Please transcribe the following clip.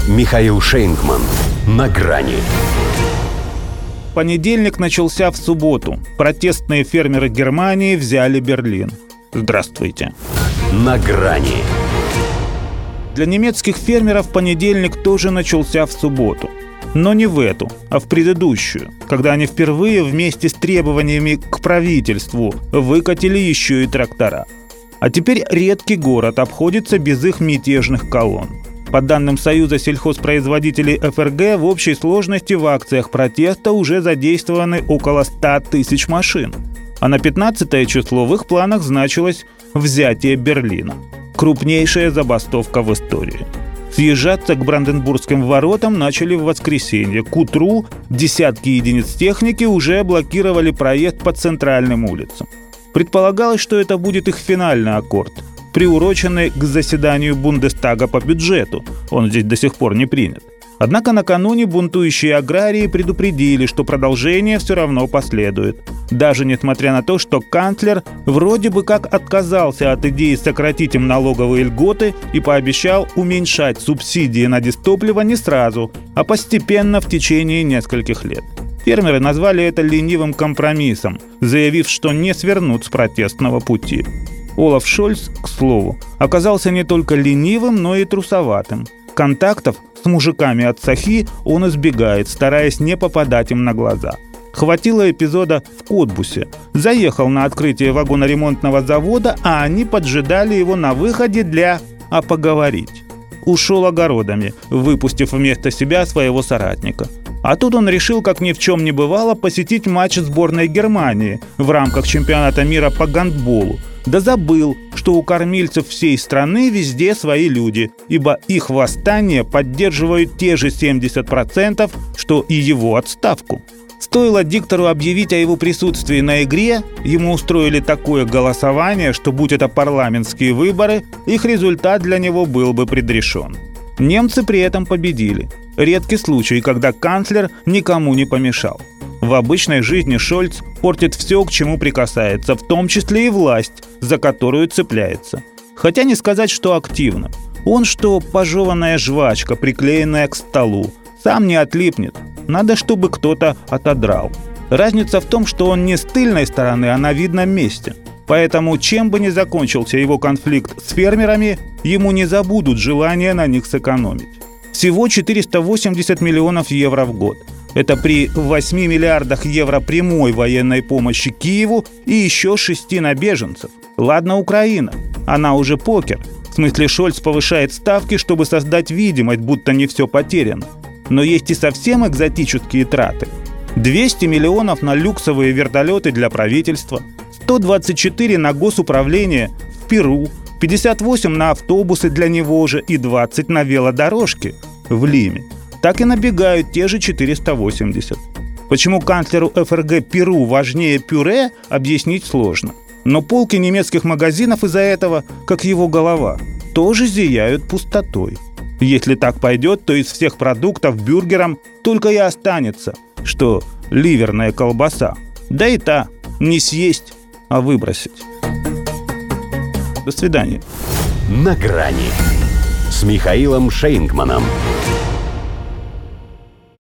Михаил Шейнгман. На грани. Понедельник начался в субботу. Протестные фермеры Германии взяли Берлин. Здравствуйте. На грани. Для немецких фермеров понедельник тоже начался в субботу. Но не в эту, а в предыдущую, когда они впервые вместе с требованиями к правительству выкатили еще и трактора. А теперь редкий город обходится без их мятежных колонн. По данным Союза сельхозпроизводителей ФРГ, в общей сложности в акциях протеста уже задействованы около 100 тысяч машин. А на 15 число в их планах значилось взятие Берлина. Крупнейшая забастовка в истории. Съезжаться к Бранденбургским воротам начали в воскресенье. К утру десятки единиц техники уже блокировали проезд по центральным улицам. Предполагалось, что это будет их финальный аккорд, приуроченный к заседанию Бундестага по бюджету. Он здесь до сих пор не принят. Однако накануне бунтующие аграрии предупредили, что продолжение все равно последует. Даже несмотря на то, что канцлер вроде бы как отказался от идеи сократить им налоговые льготы и пообещал уменьшать субсидии на дизтопливо не сразу, а постепенно в течение нескольких лет. Фермеры назвали это ленивым компромиссом, заявив, что не свернут с протестного пути. Олаф Шольц, к слову, оказался не только ленивым, но и трусоватым. Контактов с мужиками от Сахи он избегает, стараясь не попадать им на глаза. Хватило эпизода в Котбусе. Заехал на открытие вагоноремонтного завода, а они поджидали его на выходе для поговорить. Ушел огородами, выпустив вместо себя своего соратника. А тут он решил, как ни в чем не бывало, посетить матч сборной Германии в рамках чемпионата мира по гандболу. Да забыл, что у кормильцев всей страны везде свои люди, ибо их восстание поддерживают те же 70%, что и его отставку. Стоило диктору объявить о его присутствии на игре, ему устроили такое голосование, что, будь это парламентские выборы, их результат для него был бы предрешен. Немцы при этом победили. Редкий случай, когда канцлер никому не помешал. В обычной жизни Шольц портит все, к чему прикасается, в том числе и власть, за которую цепляется. Хотя не сказать, что активно. Он что пожеванная жвачка, приклеенная к столу. Сам не отлипнет. Надо, чтобы кто-то отодрал. Разница в том, что он не с тыльной стороны, а на видном месте. Поэтому, чем бы ни закончился его конфликт с фермерами, ему не забудут желание на них сэкономить. Всего 480 миллионов евро в год. Это при 8 миллиардах евро прямой военной помощи Киеву и еще 6 на беженцев. Ладно, Украина. Она уже покер. В смысле, Шольц повышает ставки, чтобы создать видимость, будто не все потеряно. Но есть и совсем экзотические траты. 200 миллионов на люксовые вертолеты для правительства, 124 на госуправление в Перу, 58 на автобусы для него же и 20 на велодорожки в Лиме. Так и набегают те же 480. Почему канцлеру ФРГ Перу важнее пюре, объяснить сложно. Но полки немецких магазинов из-за этого, как его голова, тоже зияют пустотой. Если так пойдет, то из всех продуктов бюргером только и останется, что ливерная колбаса. Да и та не съесть, а выбросить. До свидания. На грани с Михаилом Шейнгманом.